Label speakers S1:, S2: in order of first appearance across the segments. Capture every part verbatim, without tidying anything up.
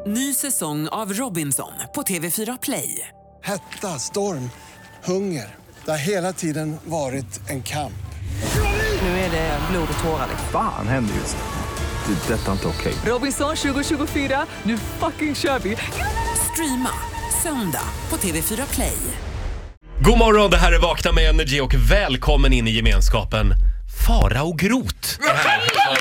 S1: Ny säsong av Robinson på T V fyra Play.
S2: Hetta, storm, hunger. Det har hela tiden varit en kamp.
S1: Nu är det blod och tårar.
S3: Fan händer just det. Det är detta inte okej.
S1: Robinson tjugo tjugofyra, nu fucking kör vi. Streama söndag på T V fyra Play.
S4: God morgon, det här är Vakna med Energy och välkommen in i gemenskapen Farao Groth.
S5: Här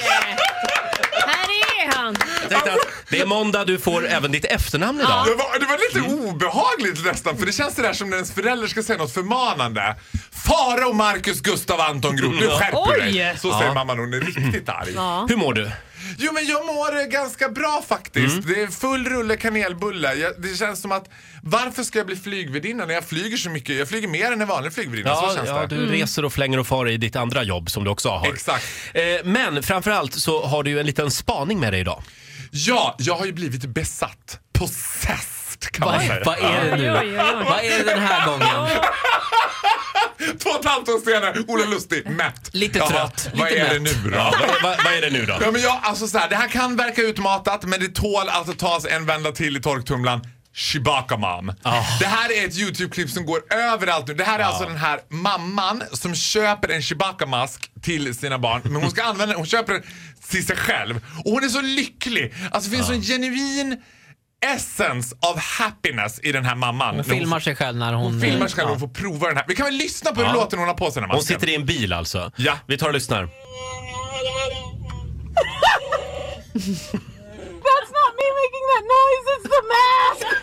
S5: är han.
S4: Jag tänkte att det är måndag, du får även ditt efternamn idag.
S6: Det var, det var lite obehagligt nästan, för det känns det där som när ens förälder ska säga något förmanande. Farao Marcus Gustav Anton Groth, nu skärper du dig. Så säger
S4: Ja.
S6: mamma, hon är riktigt arg.
S5: Ja.
S4: Hur mår du?
S6: Jo, men jag mår ganska bra faktiskt. Det är full rulle kanelbulle. Jag, det känns som att, varför ska jag bli flygvärdinna när jag flyger så mycket? Jag flyger mer än en vanlig flygvärdinna,
S4: Ja,
S6: så känns
S4: ja,
S6: det.
S4: du reser och flänger och far i ditt andra jobb som du också har.
S6: Exakt.
S4: Eh, men framförallt så har du ju en liten spaning med dig idag.
S6: Ja, jag har ju blivit besatt. Possessed kan man
S4: Vad,
S6: säga.
S4: vad är det nu?
S5: Oj, oj, oj.
S4: Vad är det den här gången?
S6: Två och ett halvt år senare, Ola Lustig, mätt.
S4: Lite
S6: Jaha,
S4: trött.
S6: Vad
S4: lite
S6: är det
S4: mätt.
S6: nu då?
S4: Ja, vad, vad, vad är det nu då?
S6: Ja, men jag, alltså så här, det här kan verka utmatat, men det tål att tas en vända till i torktumlan. Chewbacca Mom.
S4: Oh.
S6: Det här är ett YouTube-klipp som går överallt nu. Det här är oh. alltså den här mamman som köper en Chewbacca-mask till sina barn. Men hon ska använda den, hon köper den till sig själv. Och hon är så lycklig. Alltså det finns oh. en genuin essence of happiness i den här mamman.
S7: Hon filmar sig själv när hon...
S6: Hon filmar sig själv och får prova den här. Vi kan väl lyssna på hur
S4: Ja.
S6: låten hon har på sig den här
S4: Hon
S6: masken.
S4: sitter i en bil alltså.
S6: Ja.
S4: Vi tar och lyssnar.
S5: That's not me making that noise, it's the mask.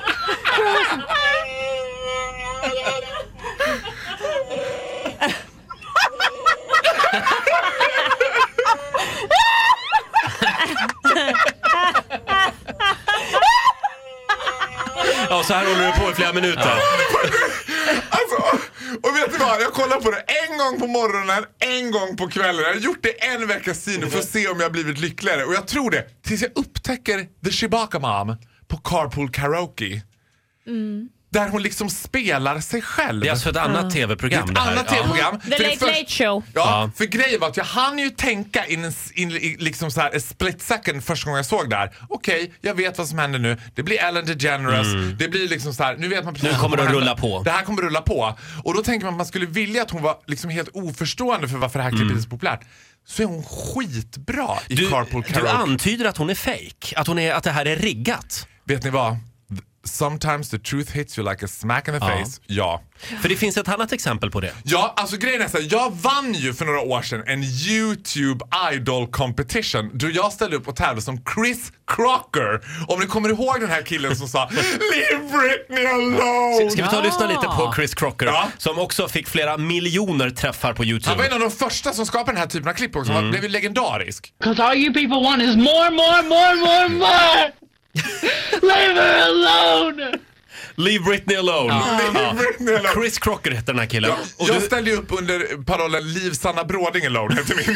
S4: Ja, så här håller du på i flera minuter.
S6: Alltså, och vet du vad? Jag kollar på det en gång på morgonen, en gång på kvällen. Jag har gjort det en veckas tid för att se om jag har blivit lyckligare. Och jag tror det, tills jag upptäcker The Chewbacca Mom på Carpool Karaoke. Mm. Där hon liksom spelar sig själv.
S4: Det är alltså ett annat tv-program.
S6: Ett
S4: det här.
S6: annat tv-program.
S5: The
S6: För det
S5: Late
S6: först-
S5: Late Show.
S6: Ja,
S4: Ja.
S6: för grejen var att jag hann ju tänka in, en, in, in liksom så här, a split second första gången jag såg det här. Okej, okay, jag vet vad som händer nu. Det blir Ellen DeGeneres. Mm. Det blir liksom så här, nu vet man precis
S4: Nu kommer det att
S6: hända.
S4: rulla på.
S6: Det här kommer att rulla på. Och då tänker man att man skulle vilja att hon var liksom helt oförstående för varför det här klippet
S4: Mm.
S6: är så populärt. Så är hon skitbra i
S4: Du,
S6: Carpool
S4: du
S6: Karaoke.
S4: antyder att hon är fake. Att, hon är, att det här är riggat.
S6: Vet ni vad? Sometimes the truth hits you like a smack in the
S4: Ja.
S6: face. Ja.
S4: För det finns ett annat exempel på det.
S6: Ja, alltså grejen är så här, jag vann ju för några år sedan en YouTube Idol competition då jag ställde upp och tävlade som Chris Crocker. Om ni kommer ihåg den här killen som sa Leave Britney alone!
S4: Ska vi ta och lyssna lite på Chris Crocker,
S6: Ja.
S4: som också fick flera miljoner träffar på YouTube.
S6: Han var en av de första som skapade den här typen av klipp också. Han blev ju legendarisk.
S8: Because all you people want is more, more, more, more, more! Leave her alone!
S4: Leave Britney alone.
S6: Leave Britney alone.
S4: Chris Crocker heter den här killen.
S6: Ja,
S4: Och
S6: jag
S4: du,
S6: ställde ju upp under parollen Leave Sanna Bråding alone heter min.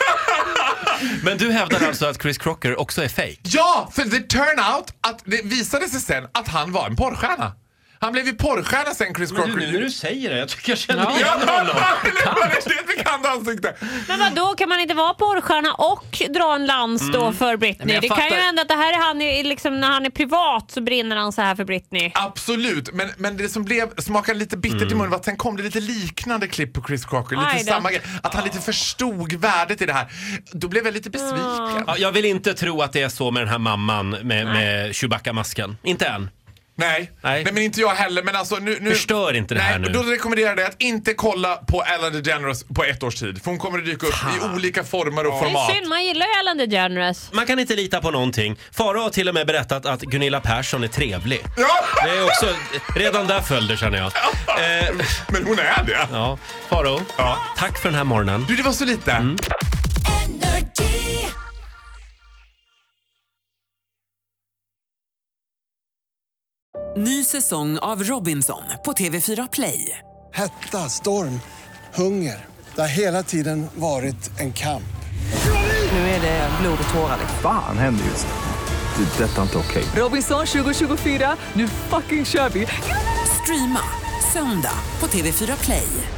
S4: men du hävdar alltså att Chris Crocker också är fake?
S6: Ja, för det turn out att det visade sig sen att han var en porrstjärna. Han blev ju porrstjärna sen, Chris Crocker.
S4: Nu när du säger det, jag tycker jag känner
S6: Ja,
S4: igen honom.
S6: det är ett bekant ansikte.
S5: Men vadå, kan man inte vara porrstjärna och dra en lans då för Britney?
S4: Men jag
S5: Det kan ju
S4: fattar-
S5: hända att det här är han är, liksom, när han är privat så brinner han så här för Britney.
S6: Absolut, men, men det som blev smakade lite bittert i munnen var att sen kom det lite liknande klipp på Chris Crocker.
S5: Aj
S6: Lite
S5: då.
S6: samma grej. Att han lite förstod värdet i det här. Då blev jag lite besviken.
S4: Ja, jag vill inte tro att det är så med den här mamman med, med Chewbacca-masken. Inte än.
S6: Nej.
S4: Nej.
S6: Nej, men inte jag heller. Men alltså, nu, nu...
S4: Förstör inte det
S6: Nej,
S4: här nu.
S6: Då rekommenderar jag dig att inte kolla på Ellen DeGeneres på ett års tid. För hon kommer att dyka upp i olika former och
S5: Det
S6: format.
S5: är synd, man gillar ju Ellen DeGeneres.
S4: Man kan inte lita på någonting. Farao har till och med berättat att Gunilla Persson är trevlig.
S6: Ja!
S4: Det är också, redan där föll det, känner jag. Eh,
S6: Men hon är det.
S4: ja, Farao,
S6: Ja.
S4: tack för den här morgonen.
S6: Du, det var så lite.
S4: Mm.
S1: Ny säsong av Robinson på T V fyra Play.
S2: Hetta, storm, hunger. Det har hela tiden varit en kamp.
S1: Nu är det blod och tårar.
S3: Fan händer just det. Det är detta inte okej.
S1: Robinson tjugo tjugofyra, nu fucking kör vi. Streama söndag på T V fyra Play.